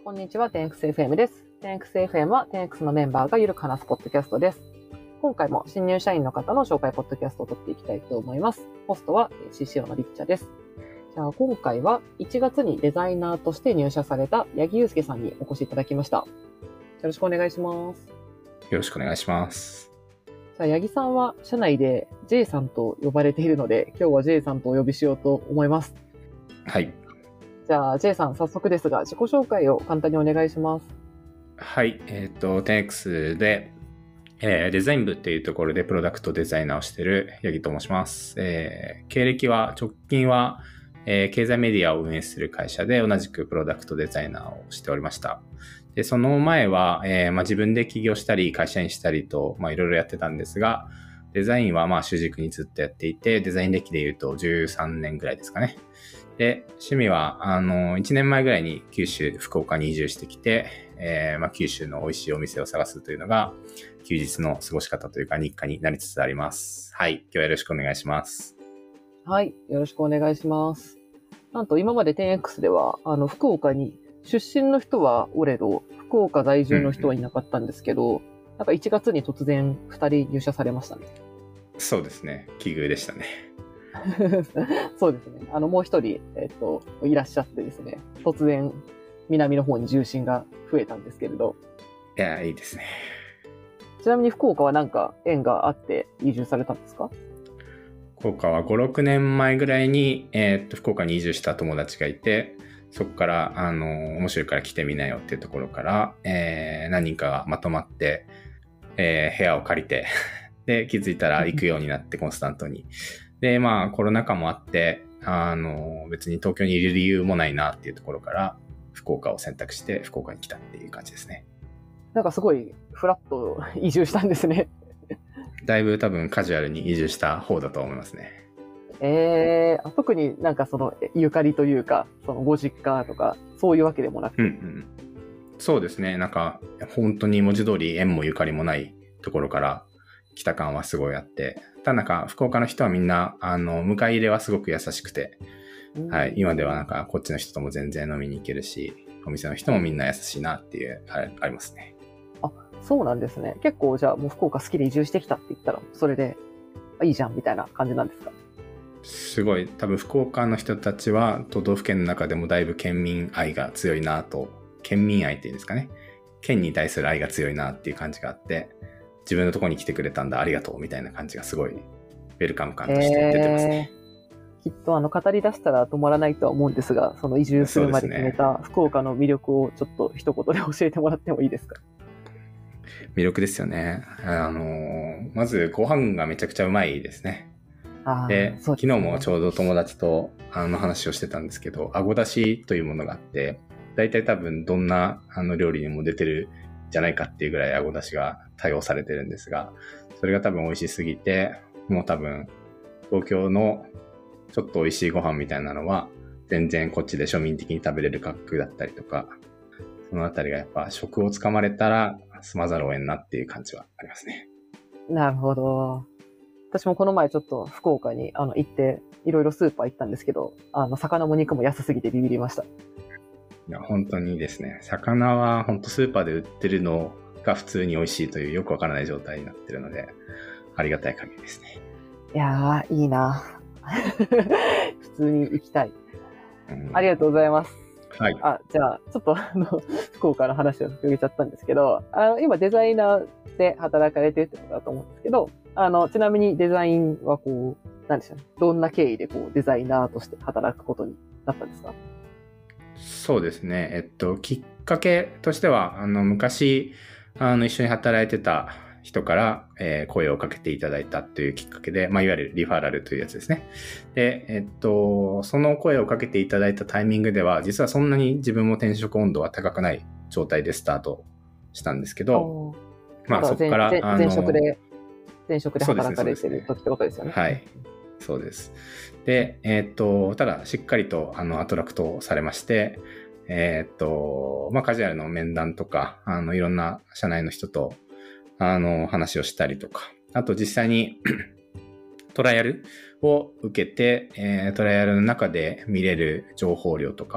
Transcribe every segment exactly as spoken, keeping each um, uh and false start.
こんにちは、テンエックスエフエム です。テンエックスエフエム は テンエックス のメンバーがゆるく話すポッドキャストです。今回も新入社員の方の紹介ポッドキャストを撮っていきたいと思います。ホストは シーシーオー のリッチャです。じゃあ今回はいちがつにデザイナーとして入社された八木祐介さんにお越しいただきました。よろしくお願いします。 よろしくお願いします。 じゃあ八木さんは社内で J さんと呼ばれているので、今日は J さんとお呼びしようと思います。 はい。 じゃあ J さん、早速ですが自己紹介を簡単にお願いします。 はい。えっと、テンエックス で、えー、デザイン部っていうところでプロダクトデザイナーをしている八木と申します。えー、経歴は、直近は、えー、経済メディアを運営する会社で同じくプロダクトデザイナーをしておりました。で、その前は、えーまあ、自分で起業したり会社員したりと、まあ、いろいろやってたんですが、デザインはまあ主軸にずっとやっていて、デザイン歴で言うとじゅうさんねんぐらいですかね。で、趣味は、あの、いちねんまえぐらいに九州、福岡に移住してきて、えーまあ、九州の美味しいお店を探すというのが、休日の過ごし方というか日課になりつつあります。はい。今日はよろしくお願いします。 はい。よろしくお願いします。なんと今まで テンエックス では、あの、福岡に出身の人はおれど、福岡在住の人はいなかったんですけど、うんうん、なんかいちがつに突然ふたり入社されましたね。 そうですね。奇遇でしたね。 そうですね。あの、もう一人、えっと、いらっしゃってですね、突然、南の方に重心が増えたんですけれど。 いや、いいですね。 ちなみに福岡は何か縁があって移住されたんですか？ 福岡はご、ろくねんまえぐらいに、えー、っと、福岡に移住した友達がいて、そこから、あの、面白いから来てみなよっていうところから、えー、何人かがまとまって、えー、部屋を借りて、で、気づいたら行くようになって、コンスタントに。で、まあ、コロナ禍もあって、あの、別に東京にいる理由もないなっていうところから、福岡を選択して福岡に来たっていう感じですね。 なんかすごいフラッと移住したんですね。 だいぶ多分カジュアルに移住した方だと思いますね。 えー、特になんかそのゆかりというか、そのご実家とか、そういうわけでもなくて。 うんうん。そうですね。なんか、本当に文字通り縁もゆかりもないところから来た感はすごいあって、ただなんか福岡の人はみんな、あの、迎え入れはすごく優しくて、はい、今ではなんかこっちの人とも全然飲みに行けるし、お店の人もみんな優しいなっていう、あれ、ありますね。 あ、そうなんですね。結構じゃあもう福岡好きで移住してきたって言ったら、それでいいじゃんみたいな感じなんですか？ すごい、多分福岡の人たちは都道府県の中でもだいぶ県民愛が強いなと、県民愛っていうんですかね。県に対する愛が強いなっていう感じがあって、自分のところに来てくれたんだ、ありがとうみたいな感じがすごいウェルカム感として出てますね。 えー、きっとあの語り出したら止まらないとは思うんですが、その移住するまで決めた福岡の魅力をちょっと一言で教えてもらってもいいですか？ 魅力ですよね。あの、まずご飯がめちゃくちゃうまいですね。 あで、 そうですね、 昨日もちょうど友達とあの話をしてたんですけど、あごだしというものがあって、だいたい多分どんなあの料理にも出てるんじゃないかっていうぐらいあごだしが多用されてるんですが、それが多分美味しすぎて、もう多分東京のちょっと美味しいご飯みたいなのは全然こっちで庶民的に食べれる価格だったりとか、そのあたりがやっぱ食をつかまれたら済まざるを得んなっていう感じはありますね。 なるほど。私もこの前ちょっと福岡にあの行っていろいろスーパー行ったんですけど、あの魚も肉も安すぎてビビりました。 いや本当にですね、魚は本当スーパーで売ってるのが普通に美味しいというよくわからない状態になってるので、ありがたい限りですね。 いやーいいな普通に行きたい、うん、ありがとうございます。 はい。 あ、じゃあちょっとあの福岡の話を広げちゃったんですけど、あの今デザイナーで働かれてるってことだと思うんですけど、あのちなみにデザインはこうなんでしょうね、どんな経緯でこうデザイナーとして働くことになったんですか？ そうですね。えっときっかけとしてはあの昔あの一緒に働いてた人から、えー、声をかけていただいたというきっかけで、まあ、いわゆるリファラルというやつですね。で、えっと、その声をかけていただいたタイミングでは、実はそんなに自分も転職温度は高くない状態でスタートしたんですけど、まあそこから、 あの前職で、前職で働かれてる時ってことですよね。 はい。そうです。で、えっと、ただしっかりとあのアトラクトされまして、えっと、まあカジュアルの面談とか、あのいろんな社内の人とあの話をしたりとか、あと実際にトライアルを受けて、えー、トライアルの中で見れる情報量とか、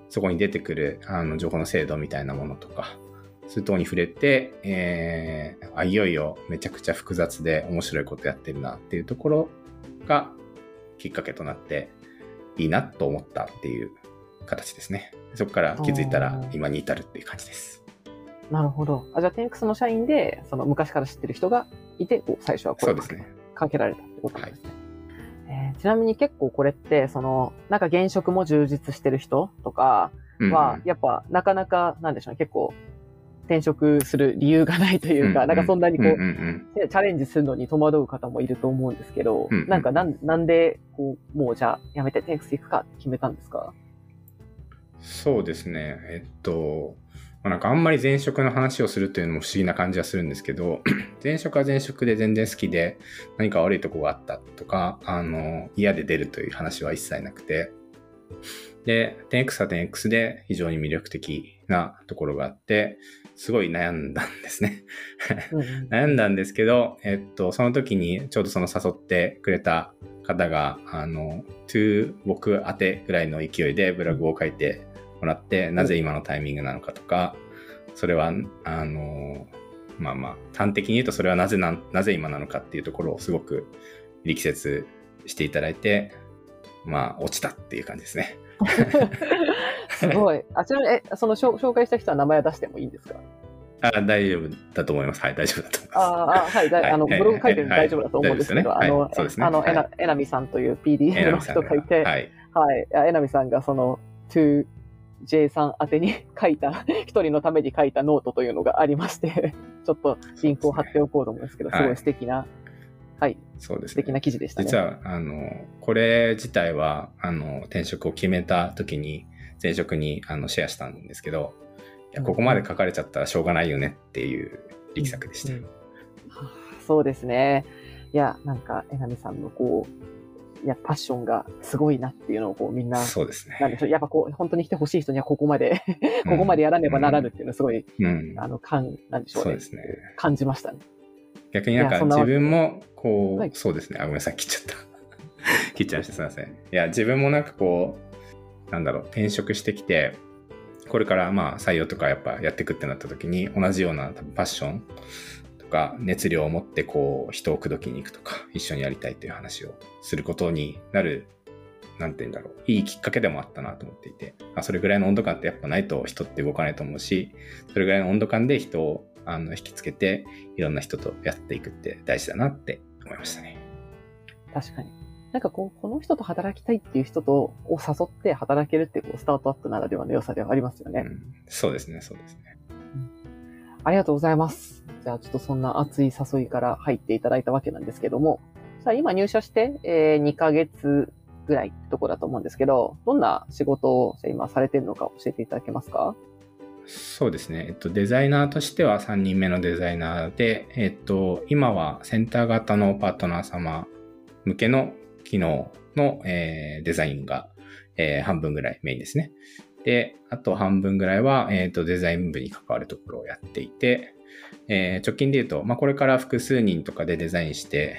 そこに出てくるあの情報の精度みたいなものとか、そういうところに触れて、えー、あ、いよいよめちゃくちゃ複雑で面白いことやってるなっていうところがきっかけとなっていいなと思ったっていう形ですね。そこから気づいたら今に至るっていう感じです。 なるほど。あ、じゃあ、テンクスの社員で、その昔から知ってる人がいて、こう最初は声をかけ、ね、かけられたってことですね。はい、えー、ちなみに結構これって、その、なんか現職も充実してる人とかは、うんうん、やっぱなかなか、なんでしょうね、結構転職する理由がないというか、うんうん、なんかそんなにこう、うんうんうん、チャレンジするのに戸惑う方もいると思うんですけど、うんうん、なんかなん、なんで、こう、もうじゃあやめてテンクス行くかって決めたんですか？ そうですね。えっと、なんかあんまり前職の話をするというのも不思議な感じはするんですけど、前職は前職で全然好きで何か悪いとこがあったとか、あの、嫌で出るという話は一切なくて、で、テンエックス は テンエックス で非常に魅力的なところがあって、すごい悩んだんですね。悩んだんですけど、えっと、その時にちょうどその誘ってくれた方が、あの、to 僕宛てぐらいの勢いでブログを書いてもらって、なぜ今のタイミングなのかとか、それは、あの、まあまあ、端的に言うとそれはなぜな、なぜ今なのかっていうところをすごく力説していただいて、まあ、落ちたっていう感じですね。 すごい。あ、ちなみに、え、その紹介した人は名前を出してもいいんですか？ あ、大丈夫だと思います。はい、大丈夫だと思います。 ああ、はい、はい、あの、ブログ書いてるの大丈夫だと思うんですけど、あの、あの、えな、えなみさんという ピーディーエム の人がいて、はい、はい、えなみさんがその、to J さん宛てに書いた、一人のために書いたノートというのがありまして、ちょっとリンクを貼っておこうと思うんですけど、すごい素敵な、はい、 そうですね。 素敵な記事でしたね。 実は、あの、これ自体は、あの、転職を決めた時に、前職にあのシェアしたんですけど、いや、ここまで書かれちゃったらしょうがないよねっていう力作でした。うんうん、 そうですね。いや、なんか、えなみさんのこう、いや、パッションがすごいなっていうのをこうみんな、 そうですね。 なんでしょう、やっぱこう、本当に来てほしい人にはここまで、ここまでやらねばならぬっていうのをすごい、うん、あの、感、なんでしょうね。そうですね。感じましたね。 逆になんか自分もこう、はい、そうですね。あ、ごめんなさい、切っちゃった。切っちゃいました。すいません。いや、自分もなんかこう、なんだろう、転職してきて、これからまあ採用とかやっぱやっていくってなった時に、同じようなパッションとか熱量を持ってこう、人を口説きに行くとか、一緒にやりたいという話をすることになる、なんて言うんだろう、いいきっかけでもあったなと思っていて、あ、それぐらいの温度感ってやっぱないと人って動かないと思うし、それぐらいの温度感で人をあの引きつけて、いろんな人とやっていくって大事だなって思いましたね。 確かに。なんかこう、この人と働きたいっていう人とを誘って働けるっていう、こうスタートアップならではの良さではありますよね。うん、 そうですね、そうですね、 うん。ありがとうございます。じゃあちょっとそんな熱い誘いから入っていただいたわけなんですけども、さあ今入社して、えー、にかげつぐらいってとこだと思うんですけど、どんな仕事を今されてるのか教えていただけますか？ そうですね。えっと、デザイナーとしてはさんにんめのデザイナーで、えっと、今はセンター型のパートナー様向けの機能の、えー、デザインが、えー、半分ぐらいメインですね。で、あと半分ぐらいは、えっと、デザイン部に関わるところをやっていて、えー、直近で言うと、まあ、これから複数人とかでデザインして、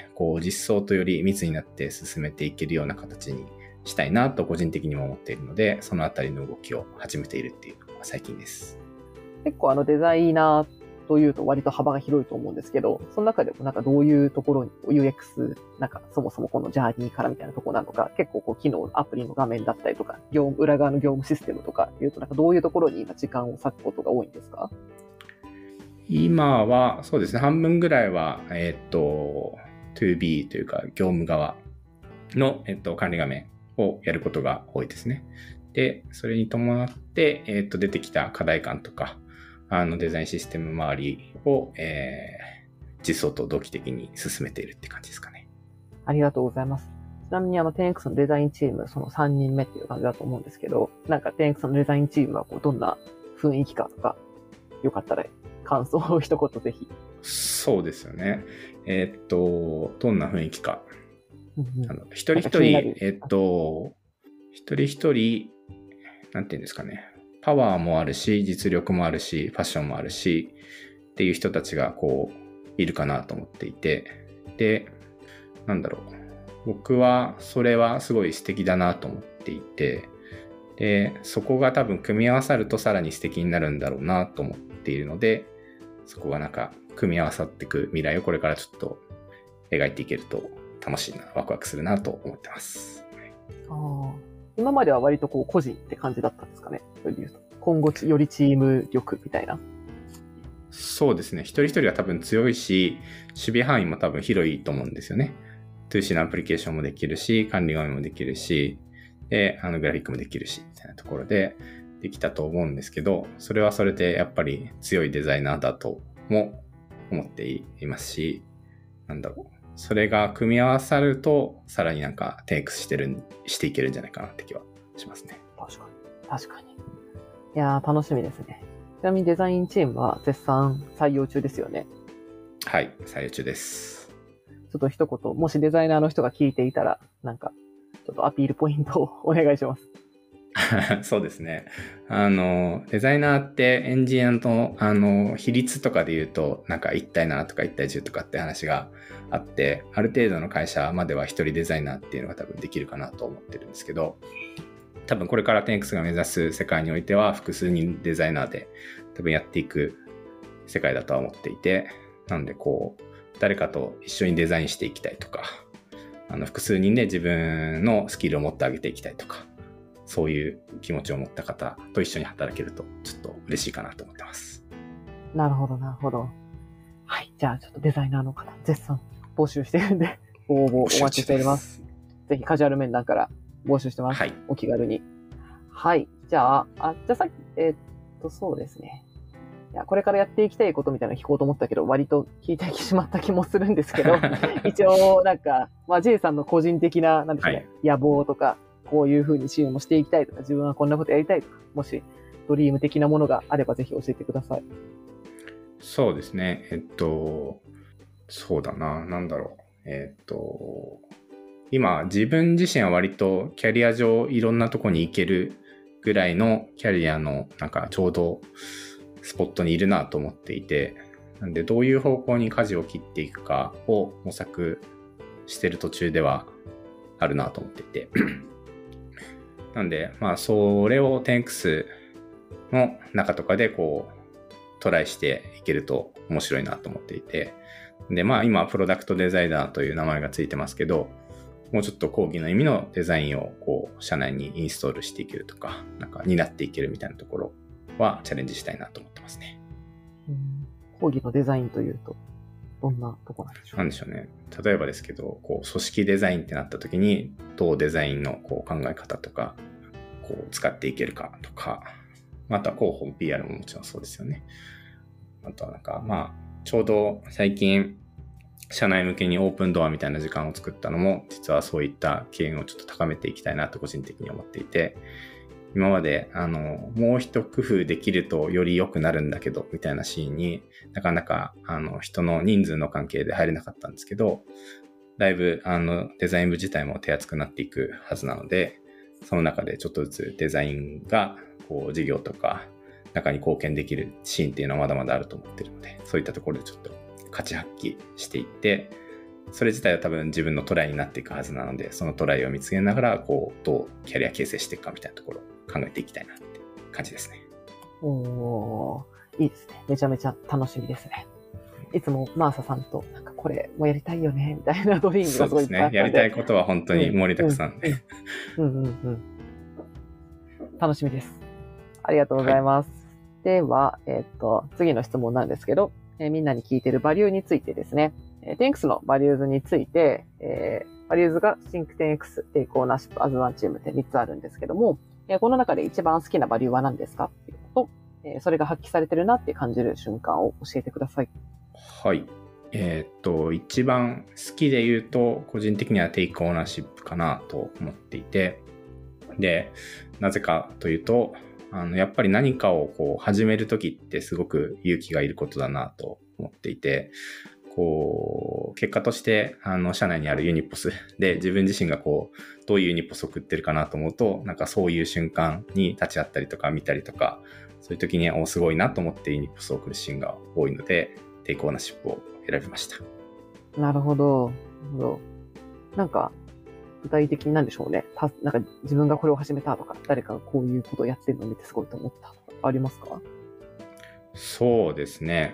こう、実装とより密になって進めていけるような形にしたいなと個人的にも思っているので、そのあたりの動きを始めているっていうのが最近です。 結構あのデザイナーというと割と幅が広いと思うんですけど、その中でもなんかどういうところに ユーエックス、なんかそもそもこのジャーニーからみたいなところなのか、結構こう機能、アプリの画面だったりとか、業務、裏側の業務システムとかいうと、なんかどういうところに今時間を割くことが多いんですか？ 今はそうですね、半分ぐらいは、えっと、ツービー というか業務側の、えっと、管理画面をやることが多いですね。で、それに伴って、えっと、出てきた課題感とか、あのデザインシステム周りを、えー、実装と同期的に進めているって感じですかね。 ありがとうございます。ちなみにあの テンエックス のデザインチーム、そのさんにんめっていう感じだと思うんですけど、なんか テンエックス のデザインチームはこうどんな雰囲気かとか、よかったら感想を一言ぜひ。 そうですよね。えー、っと、どんな雰囲気か。 うんうん、 あの一人一人、えっと、一人一人、なんていうんですかね。パワーもあるし、実力もあるし、ファッションもあるし、っていう人たちがこう、いるかなと思っていて、で、なんだろう。僕はそれはすごい素敵だなと思っていて、 で、そこが多分組み合わさるとさらに素敵になるんだろうなと思っているので、そこがなんか組み合わさっていく未来をこれからちょっと描いていけると楽しいな、ワクワクするなと思ってます。 ああ、今までは割とこう個人って感じだったんですかね。そういうと今後よりチーム力みたいな。 そうですね。一人一人は多分強いし、守備範囲も多分広いと思うんですよね。ツーシー のアプリケーションもできるし、管理画面もできるし、で、あのグラフィックもできるし、みたいなところでできたと思うんですけど、それはそれでやっぱり強いデザイナーだとも思っていますし、なんだろう。それが組み合わさると、さらになんか テンエックス してる、していけるんじゃないかなって気はしますね。 確かに。確かに。いやー、楽しみですね。ちなみにデザインチームは絶賛採用中ですよね。 はい、採用中です。 ちょっと一言、もしデザイナーの人が聞いていたら、なんか、ちょっとアピールポイントをお願いします。 そうですね。あの、デザイナーってエンジニアの、あの、比率とかで言うと、なんかいち対ななとかいち対じゅうとかって話があって、ある程度の会社までは一人デザイナーっていうのが多分できるかなと思ってるんですけど、多分これから テンエックス が目指す世界においては複数人デザイナーで多分やっていく世界だとは思っていて、なのでこう、誰かと一緒にデザインしていきたいとか、あの複数人で自分のスキルを持ってあげていきたいとか、そういう気持ちを持った方と一緒に働けるとちょっと嬉しいかなと思ってます。 なるほど、なるほど。はい。じゃあちょっとデザイナーの方、絶賛募集してるんで、ご応募お待ちしております。ぜひカジュアル面談から募集してます。はい。お気軽に。はい。じゃあ、あ、じゃあさっき、えー、っと、そうですね。いや、これからやっていきたいことみたいなの聞こうと思ったけど、割と聞いてしまった気もするんですけど、一応、なんか、まあ、J さんの個人的な、なんですかね、はい、野望とか、こういう風にチームもしていきたいとか、自分はこんなことやりたいとか、もしドリーム的なものがあればぜひ教えてください。 そうですね。えっと、そうだな、なんだろう。えっと、今、自分自身は割とキャリア上いろんなとこに行けるぐらいのキャリアのなんかちょうどスポットにいるなと思っていて、なんでどういう方向に舵を切っていくかを模索してる途中ではあるなと思っていて。なんで、まあ、それを テンエックス の中とかでこう、トライしていけると面白いなと思っていて。で、まあ、今、プロダクトデザイナーという名前がついてますけど、もうちょっと講義の意味のデザインをこう、社内にインストールしていけるとか、なんか、担っていけるみたいなところはチャレンジしたいなと思ってますね。 うん、講義のデザインというと、どんなところなんでしょう？ なんでしょうね。例えばですけど、こう組織デザインってなった時に、どうデザインのこう考え方とか、こう使っていけるかとか、あとは広報 ピーアール ももちろんそうですよね。あとはなんか、まあ、ちょうど最近、社内向けにオープンドアみたいな時間を作ったのも、実はそういった機運をちょっと高めていきたいなと個人的に思っていて、今まで、あの、もう一工夫できるとより良くなるんだけど、みたいなシーンになかなか、あの、人の人数の関係で入れなかったんですけど、だいぶ、あの、デザイン部自体も手厚くなっていくはずなので、その中でちょっとずつデザインが、こう、事業とか、中に貢献できるシーンっていうのはまだまだあると思ってるので、そういったところでちょっと価値発揮していって、それ自体は多分自分のトライになっていくはずなので、そのトライを見つけながら、こう、どうキャリア形成していくかみたいなところを考えていきたいなって感じですね。 おー、いいですね。めちゃめちゃ楽しみですね。いつもマーサさんと、なんかこれもやりたいよね、みたいなドリームがすごいいっぱいあったんで。 そうですね。やりたいことは本当に盛りだくさんで。 うんうんうん。楽しみです。ありがとうございます。はい、では、えっと、次の質問なんですけど、えー、みんなに聞いているバリューについてですね。テンエックス のバリューズについて、えー、バリューズが Think テンエックス、Take Ownership as One Team ってみっつあるんですけども、えー、この中で一番好きなバリューは何ですかっていうことと、えー、それが発揮されてるなって感じる瞬間を教えてください。 はい。えー、っと、一番好きで言うと、個人的には Take Ownership かなと思っていて、で、なぜかというと、あの、やっぱり何かをこう始めるときってすごく勇気がいることだなと思っていて、こう、結果として、あの、社内にあるユニポスで自分自身がこう、どういうユニポスを送ってるかなと思うと、なんかそういう瞬間に立ち会ったりとか見たりとか、そういう時には、お、すごいなと思ってユニポスを送るシーンが多いので、テイクオーナーシップを選びました。 なるほど。なるほど。なんか、 具体的になんでしょうね。たなんか自分がこれを始めたとか、誰かがこういうことをやってるのを見てすごいと思ったとかありますか？ そうですね。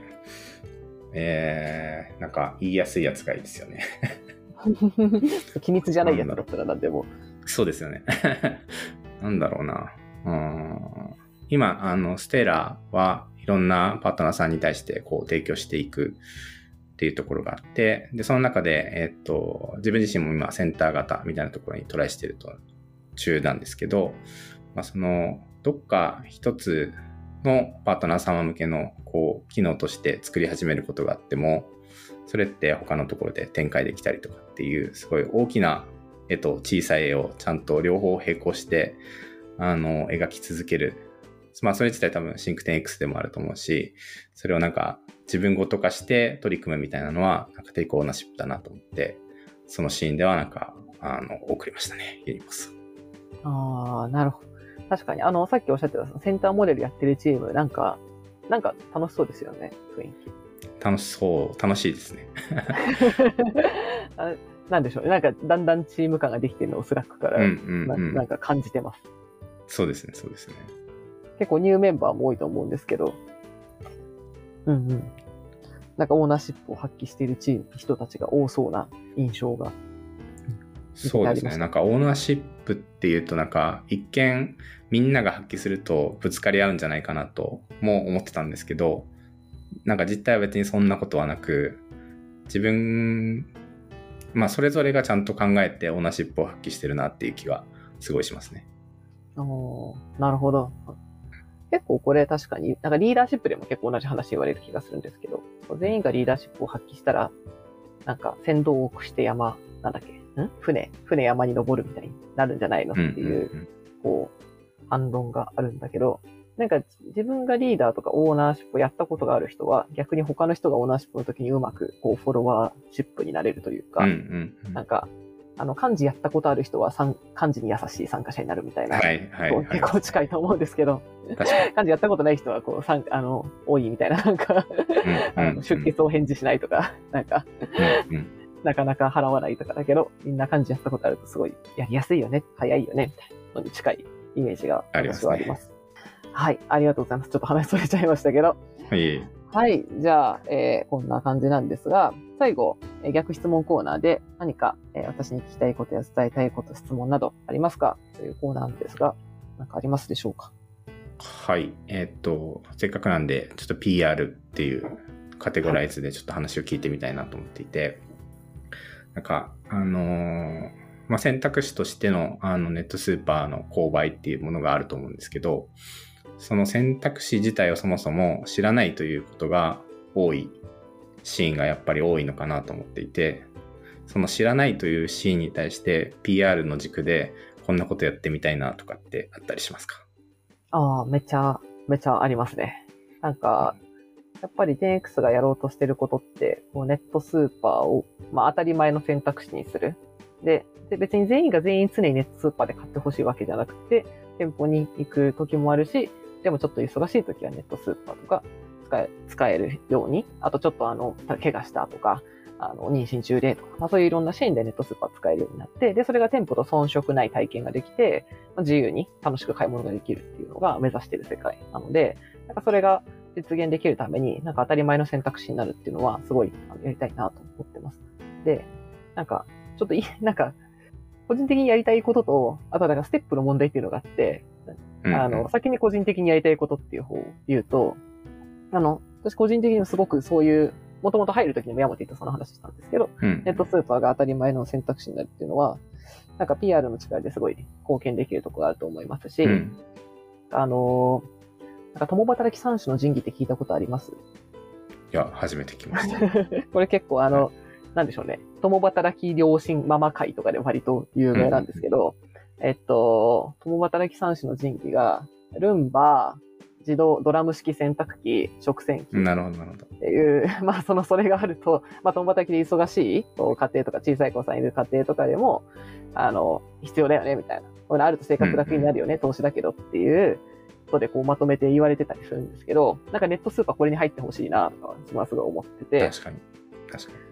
えー、なんか言いやすいやつがいいですよね。 機密じゃないやつだったらなんでも。 そうですよね。なんだろうな。うーん今、あの、ステラはいろんなパートナーさんに対してこう提供していくっていうところがあって、で、その中で、えっと、自分自身も今センター型みたいなところにトライしてると中なんですけど、まあ、その、どっか一つのパートナー様向けのこう機能として作り始めることがあっても、それって他のところで展開できたりとかっていうすごい大きな絵と小さい絵をちゃんと両方並行してあの描き続ける。まあそれ自体多分シンクテン X でもあると思うし、それをなんか自分ごと化して取り組むみたいなのはなんかテイクオーナーシップだなと思って、そのシーンではなんかあの送りましたね、ユニボス。 ああ、なるほど。確かに、あの、さっきおっしゃってたセンターモデルやってるチーム、なんか、なんか楽しそうですよね、雰囲気。 楽しそう、楽しいですね。 あなんでしょうね、なんかだんだんチーム感ができてるのをスラックから、 うんうんうん、 な, なんか感じてます。 そうですね、そうですね。 結構ニューメンバーも多いと思うんですけど、うんうん。なんかオーナーシップを発揮しているチーム、人たちが多そうな印象が。 そうですね。なんかオーナーシップっていうとなんか一見みんなが発揮するとぶつかり合うんじゃないかなとも思ってたんですけど、なんか実態は別にそんなことはなく、自分、まあそれぞれがちゃんと考えてオーナーシップを発揮してるなっていう気がすごいしますね。 おー、なるほど。結構これ確かに、なんかリーダーシップでも結構同じ話言われる気がするんですけど、全員がリーダーシップを発揮したら、なんか先導を駆して山、なんだっけ、ん船、船山に登るみたいになるんじゃないのっていう、うんうんうん、こう、反論があるんだけど、なんか自分がリーダーとかオーナーシップをやったことがある人は、逆に他の人がオーナーシップの時にうまく、こう、フォロワーシップになれるというか、 うんうんうん、 なんか、あの、幹事やったことある人は、幹事に優しい参加者になるみたいな、はいはいはい、結構近いと思うんですけど、幹事やったことない人は、こう、さんあの、多いみたいな、なんか、うんうんうん、出血を返事しないとか、なんか、うんうん、なかなか払わないとかだけど、みんな幹事やったことあるとすごいやりやすいよね、早いよね、みたいなのに近いイメージが私はあります。はい、ありがとうございます。ちょっと話それちゃいましたけど。 はい。 はい、じゃあ、えー、こんな感じなんですが、最後、えー、逆質問コーナーで何か、えー、私に聞きたいことや伝えたいこと、質問などありますかというコーナーなんですが、何かありますでしょうか？ はい、えー、っと、せっかくなんで、ちょっと ピーアール っていうカテゴライズでちょっと話を聞いてみたいなと思っていて、はい、なんか、あのー、まあ、選択肢としての、あのネットスーパーの購買っていうものがあると思うんですけど、その選択肢自体をそもそも知らないということが多いシーンがやっぱり多いのかなと思っていて、その知らないというシーンに対して ピーアール の軸でこんなことやってみたいなとかってあったりしますか？ ああ、めちゃめちゃありますね。なんか、やっぱり テンエックス がやろうとしてることって、こうネットスーパーを、まあ、当たり前の選択肢にする。で、で別に全員が全員常にネットスーパーで買ってほしいわけじゃなくて、店舗に行く時もあるし、でもちょっと忙しい時はネットスーパーとか使え、使えるように、あとちょっとあの、怪我したとか、あの、妊娠中でとか、まあそういういろんなシーンでネットスーパー使えるようになって、で、それが店舗と遜色ない体験ができて、まあ、自由に楽しく買い物ができるっていうのが目指している世界なので、なんかそれが実現できるために、なんか当たり前の選択肢になるっていうのは、すごいやりたいなと思ってます。で、なんか、ちょっとい、なんか、個人的にやりたいことと、あとはなんかステップの問題っていうのがあって、あの、先に個人的にやりたいことっていう方を言うと、あの、私個人的にすごくそういう、もともと入るときにもヤモティとその話したんですけど、うん、ネットスーパーが当たり前の選択肢になるっていうのは、なんか ピーアール の力ですごい貢献できるところがあると思いますし、うん、あの、なんか共働き三種の神器って聞いたことあります？ いや、初めて聞きました。 これ結構あの、はい、なんでしょうね、共働き両親ママ会とかで割と有名なんですけど、うん、えっと、共働き三種の神器が、ルンバ、自動ドラム式洗濯機、食洗機。 なるほど、なるほど。 っていう、まあその、それがあると、まあ共働きで忙しい家庭とか小さい子さんいる家庭とかでも、あの、必要だよね、みたいな。これあると生活楽になるよね、うんうん、投資だけどっていうことでこうまとめて言われてたりするんですけど、なんかネットスーパーこれに入ってほしいな、とか、まあすごい思ってて。 確かに。確かに。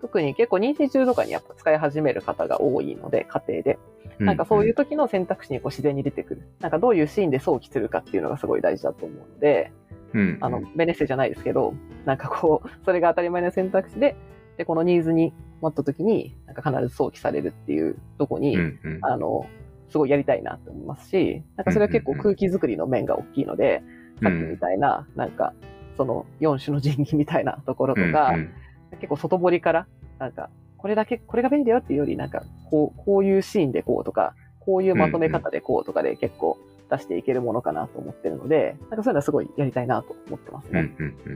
特に結構妊娠中とかにやっぱ使い始める方が多いので、家庭で。なんかそういう時の選択肢にこう自然に出てくる。なんかどういうシーンで想起するかっていうのがすごい大事だと思うので、 うんうん、 あの、ベネッセじゃないですけど、なんかこう、それが当たり前の選択肢で、で、このニーズに待った時に、なんか必ず想起されるっていうとこに、 うんうん、 あの、すごいやりたいなと思いますし、なんかそれは結構空気作りの面が大きいので、さっきみたいな、なんか、そのよん種の神器みたいなところとか、うんうん、結構外堀から、なんか、これだけ、これが便利だよっていうより、なんか、こう、こういうシーンでこうとか、こういうまとめ方でこうとかで結構出していけるものかなと思ってるので、なんかそういうのはすごいやりたいなと思ってますね。 うんうんうん、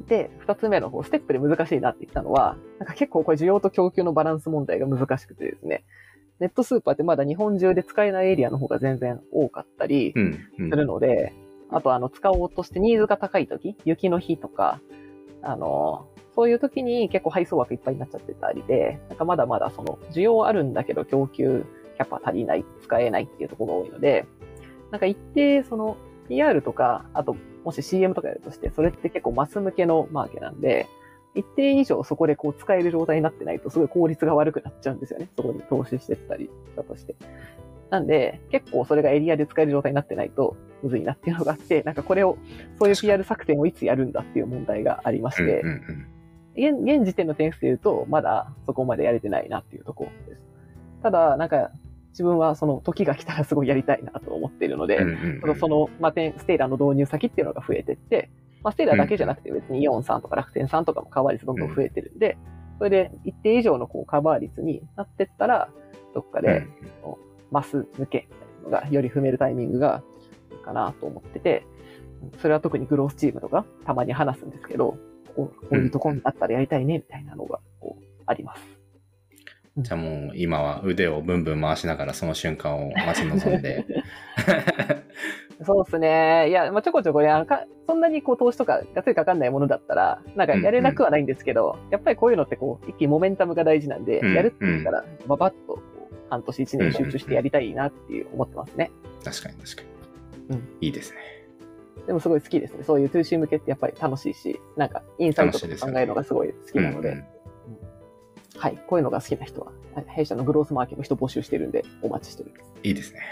で、二つ目の方、ステップで難しいなって言ったのは、なんか結構これ需要と供給のバランス問題が難しくてですね、ネットスーパーってまだ日本中で使えないエリアの方が全然多かったりするので、うんうん、あとあの使おうとしてニーズが高い時、雪の日とか、あの、そういう時に結構配送枠いっぱいになっちゃってたりで、なんかまだまだその需要あるんだけど供給キャパ足りない、使えないっていうところが多いので、なんか一定その ピーアール とか、あともし シーエム とかやるとして、それって結構マス向けのマーケなんで、一定以上そこでこう使える状態になってないとすごい効率が悪くなっちゃうんですよね。そこに投資してったりだとして。なんで、結構それがエリアで使える状態になってないとむずいなっていうのがあって、なんかこれを、そういう ピーアール 作戦をいつやるんだっていう問題がありまして、うんうんうん、現, 現時点の点数で言うと、まだそこまでやれてないなっていうところです。ただ、なんか、自分はその時が来たらすごいやりたいなと思っているので、うんうんうん、その、まあ、ステイラーの導入先っていうのが増えてって、まあ、ステイラーだけじゃなくて別にイオンさんとか楽天さんとかもカバー率どんどん増えてるんで、それで一定以上のこうカバー率になってったら、どっかで、うん、マス向けみたいなのがより踏めるタイミングがいいかなと思ってて、それは特にグロースチームとかたまに話すんですけど、こうこういうとこになったらやりたいねみたいなのがこうあります。 じゃあもう今は腕をブンブン回しながらその瞬間を待ち望んで。 そうですね。いや、まあ、ちょこちょこね、あのかそんなにこう投資とかがっつりかかんないものだったら、なんかやれなくはないんですけど、うんうん、やっぱりこういうのってこう、一気にモメンタムが大事なんで、うんうん、やるって言ったら、ばばっとこう半年一年集中してやりたいなっていう思ってますね。 確かに確かに。うん。いいですね。 でもすごい好きですね。そういう ツーシー 向けってやっぱり楽しいし、なんかインサイトとか考えるのがすごい好きなので、うんうん、はい、こういうのが好きな人は、弊社のグロースマーケットも人募集してるんで、お待ちしております。 いいですね。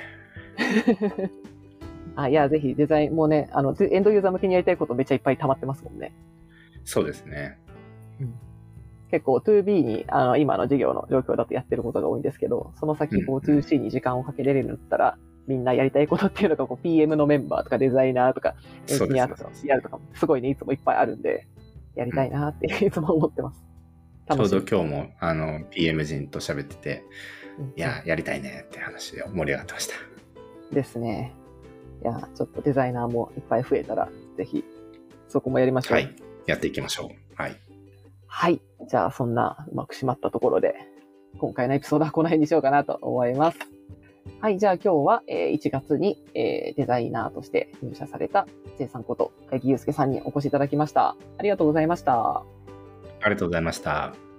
あ、いや、ぜひデザインもね、あの、エンドユーザー向けにやりたいことめっちゃいっぱい溜まってますもんね。 そうですね。 うん、結構 ツービー に、あの、今の事業の状況だとやってることが多いんですけど、その先、こう、ツーシー に時間をかけれるんだったら、みんなやりたいことっていうのが、こう、ピーエム のメンバーとかデザイナーとか、エンジニアとか ピーアール とかも、すごいね、いつもいっぱいあるんで、やりたいなっていつも思ってます。 ちょうど今日も、あの、ピーエム 陣と喋ってて、うん、いや、やりたいねって話で盛り上がってました。 ですね。いや、ちょっとデザイナーもいっぱい増えたら、ぜひ、そこもやりましょう。 はい。やっていきましょう。はい。 はい。じゃあ、そんなうまく締まったところで、今回のエピソードはこの辺にしようかなと思います。はい。じゃあ、今日は、えー、いちがつに、えー、デザイナーとして入社された J さんこと、海木祐介さんにお越しいただきました。ありがとうございました。 ありがとうございました。